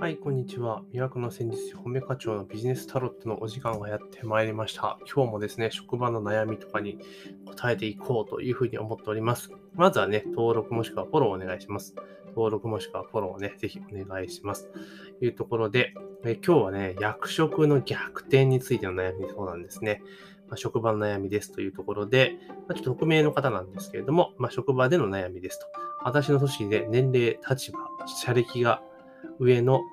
はい、こんにちは。魅惑の戦術褒め課長のビジネスタロットのお時間がやってまいりました。今日もですね、職場の悩みとかに答えていこうというふうに思っております。まずはね、登録もしくはフォローお願いします。登録もしくはフォローをね、ぜひお願いします。というところで、今日はね、役職の逆転についての悩みそうなんですね。職場の悩みですというところで、ちょっと匿名の方なんですけれども、職場での悩みですと。私の組織で年齢、立場、社歴が上の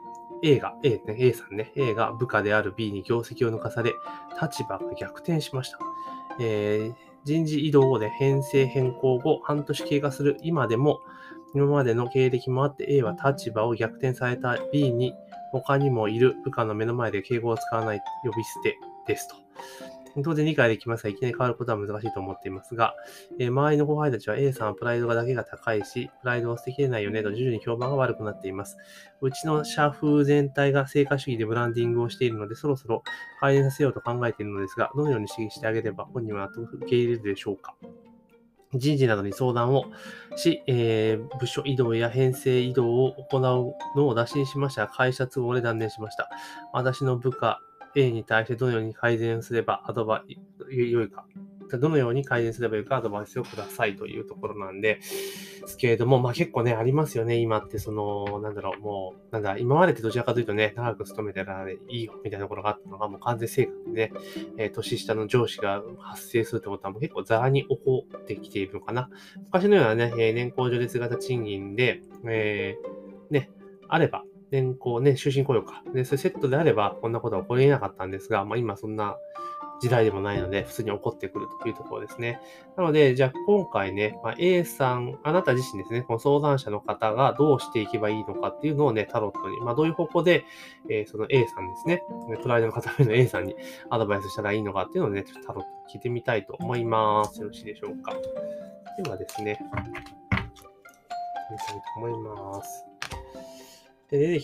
A さんね、A が部下である B に業績を抜かされ、立場が逆転しました。人事異動で編成変更後、半年経過する今でも、今までの経歴もあって A は立場を逆転された B に他にもいる部下の目の前で敬語を使わない呼び捨てですと。当然理解できますが、いきなり変わることは難しいと思っていますが、周りの後輩たちは A さんはプライドがだけが高いし、プライドを捨てきれないよねと徐々に評判が悪くなっています。うちの社風全体が成果主義でブランディングをしているので、そろそろ改善させようと考えているのですが、どのように刺激してあげれば本人は納得受け入れるでしょうか。人事などに相談をし、部署移動や編成移動を行うのを打診しましたが、会社都合で断念しました。私の部下 A に対してどのように改善すれば良いか、どのように改善すればいいかアドバイスをくださいというところなんですけれども、結構ね、ありますよね、今って、今までってどちらかというとね、長く勤めたら、いいよみたいなところがあったのが、もう完全成果でね、年下の上司が発生するってことはもう結構ザラに起こってきているのかな。昔のようなね、年功序列型賃金で、ね、あれば、終身雇用か。で、それセットであれば、こんなことは起こり得なかったんですが、今そんな時代でもないので、普通に起こってくるというところですね。なので、じゃあ今回ね、A さん、あなた自身ですね、この相談者の方がどうしていけばいいのかっていうのをね、タロットに、どういう方向で、その A さんですね、プライドの方の A さんにアドバイスしたらいいのかっていうのをね、ちょっとタロットに聞いてみたいと思います。よろしいでしょうか。ではですね、見たいと思います。で、出て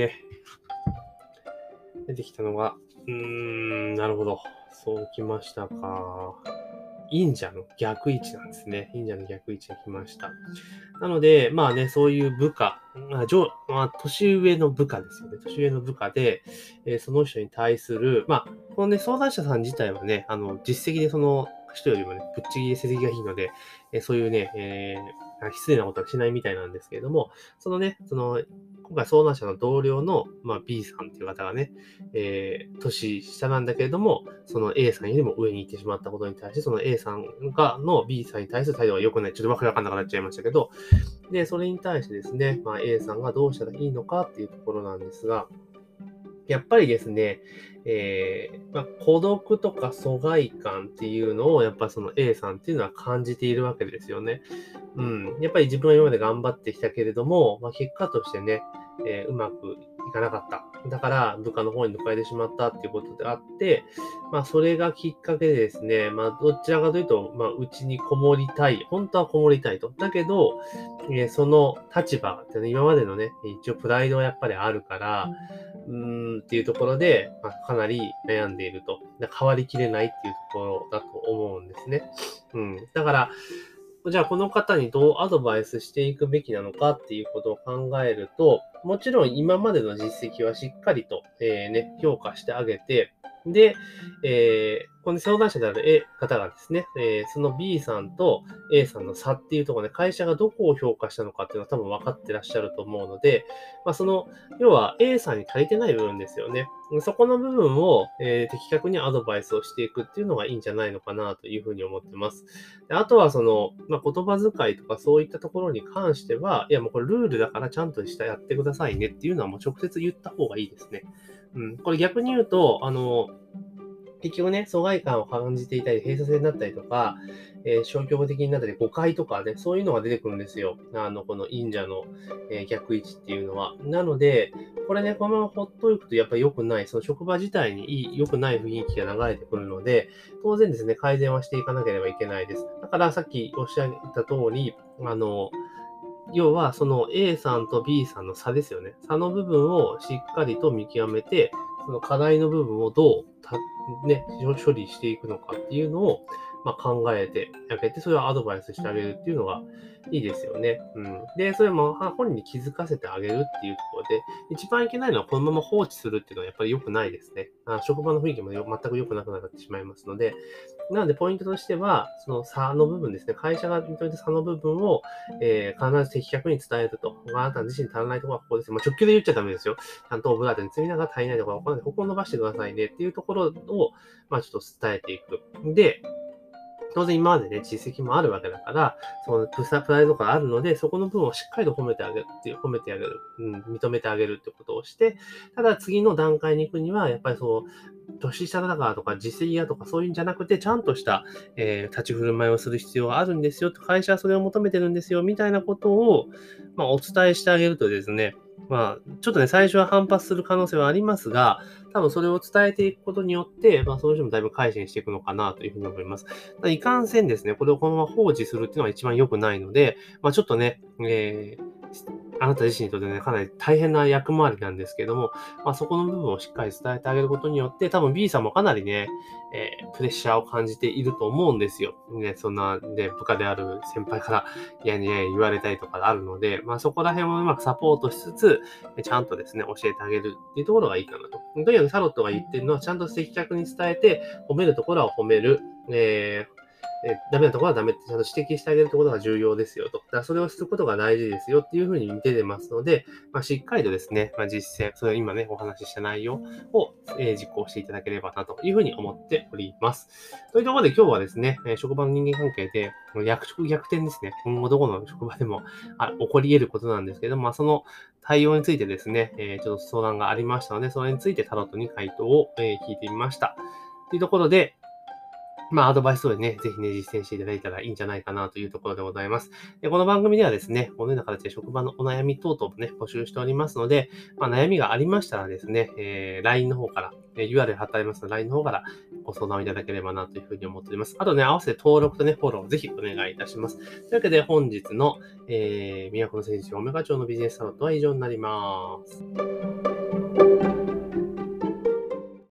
きたのが、なるほど。そうきましたか。忍者の逆位置なんですね。忍者の逆位置が来ました。なので、そういう部下、年上の部下ですよね。年上の部下で、その人に対する、このね、相談者さん自体はね、実績でその人よりもね、ぶっちぎり成績がいいので、そういうね、失礼なことはしないみたいなんですけれども、今回相談者の同僚の、B さんっていう方がね、年下なんだけれども、その A さんよりも上に行ってしまったことに対して、その A さんの B さんに対する態度が良くない。ちょっとわけわかんなくなっちゃいましたけど、で、それに対してですね、A さんがどうしたらいいのかっていうところなんですが、やっぱりですね、孤独とか疎外感っていうのを、やっぱその A さんっていうのは感じているわけですよね。やっぱり自分は今まで頑張ってきたけれども、結果としてね、うまくいかなかった。だから、部下の方に抜かれてしまったっていうことであって、それがきっかけでですね、どちらかというと、うちにこもりたい。本当はこもりたいと。だけど、その立場ってね、今までのね、一応プライドはやっぱりあるから、っていうところで、かなり悩んでいると。変わりきれないっていうところだと思うんですね。だから、じゃあこの方にどうアドバイスしていくべきなのかっていうことを考えると、もちろん今までの実績はしっかりと、評価してあげて、で、この相談者である方がですね、その B さんと A さんの差っていうところで会社がどこを評価したのかっていうのは多分分かってらっしゃると思うので、要は A さんに足りてない部分ですよね。そこの部分を、的確にアドバイスをしていくっていうのがいいんじゃないのかなというふうに思ってます。であとは言葉遣いとかそういったところに関しては、いやもうこれルールだからちゃんとやってくださいねっていうのはもう直接言った方がいいですね。これ逆に言うと、結局ね、疎外感を感じていたり、閉鎖性になったりとか、消極的になったり、誤解とかね、そういうのが出てくるんですよ。この忍者の、逆位置っていうのは。なので、これね、このままほっといくとやっぱり良くない、その職場自体に良くない雰囲気が流れてくるので、当然ですね、改善はしていかなければいけないです。だからさっきおっしゃった通り、要はその A さんと B さんの差ですよね。差の部分をしっかりと見極めて、その課題の部分をどう処理していくのかっていうのを、 考えてあげて、それをアドバイスしてあげるっていうのがいいですよね。で、それも本人に気づかせてあげるっていうところで、一番いけないのはこのまま放置するっていうのはやっぱり良くないですね。職場の雰囲気も全く良くなくなってしまいますので、なのでポイントとしては、その差の部分ですね。会社が認めた差の部分を、必ず適客に伝えると。あなた自身足らないところはここですよ。直球で言っちゃダメですよ。ちゃんとオブラートに積みながら足りないところはここを伸ばしてくださいねっていうところを、ちょっと伝えていく。で、当然今までね、実績もあるわけだから、そのプライドがあるので、そこの部分をしっかりと褒めてあげるっていう、褒めてあげる、認めてあげるってことをして、ただ次の段階に行くには、やっぱり年下だからとか実績がとかそういうんじゃなくて、ちゃんとした、立ち振る舞いをする必要があるんですよ、会社はそれを求めてるんですよ、みたいなことを、お伝えしてあげるとですね、ちょっとね、最初は反発する可能性はありますが、多分それを伝えていくことによって、その人もだいぶ改心していくのかなというふうに思います。いかんせんですね、これをこのまま放置するっていうのは一番良くないので、ちょっとね、あなた自身にとってね、かなり大変な役回りなんですけども、そこの部分をしっかり伝えてあげることによって、多分 B さんもかなりね、プレッシャーを感じていると思うんですよ。ね、そんな、ね、部下である先輩から、いやいや言われたりとかあるので、そこら辺をうまくサポートしつつ、ちゃんとですね、教えてあげるっていうところがいいかなと。とにかくタロットが言ってるのは、ちゃんと接客に伝えて、褒めるところは褒める。ダメなところはダメってちゃんと指摘してあげることが重要ですよと。だからそれをすることが大事ですよっていうふうに出てますので、しっかりとですね、実践、それを今ね、お話しした内容を、実行していただければなというふうに思っております。というところで今日はですね、職場の人間関係で、役職逆転ですね。今後どこの職場でも起こり得ることなんですけど、その対応についてですね、ちょっと相談がありましたので、それについてタロットに回答を、聞いてみました。というところで、アドバイスをね、ぜひね、実践していただいたらいいんじゃないかなというところでございます。で、この番組ではですね、このような形で職場のお悩み等々もね、募集しておりますので、悩みがありましたらですね、LINE の方から、URL 貼ってありますので、LINE の方からご相談をいただければなというふうに思っております。あとね、合わせて登録とね、フォローをぜひお願いいたします。というわけで、本日の、都の先生オメガ町のビジネスタロットは以上になります。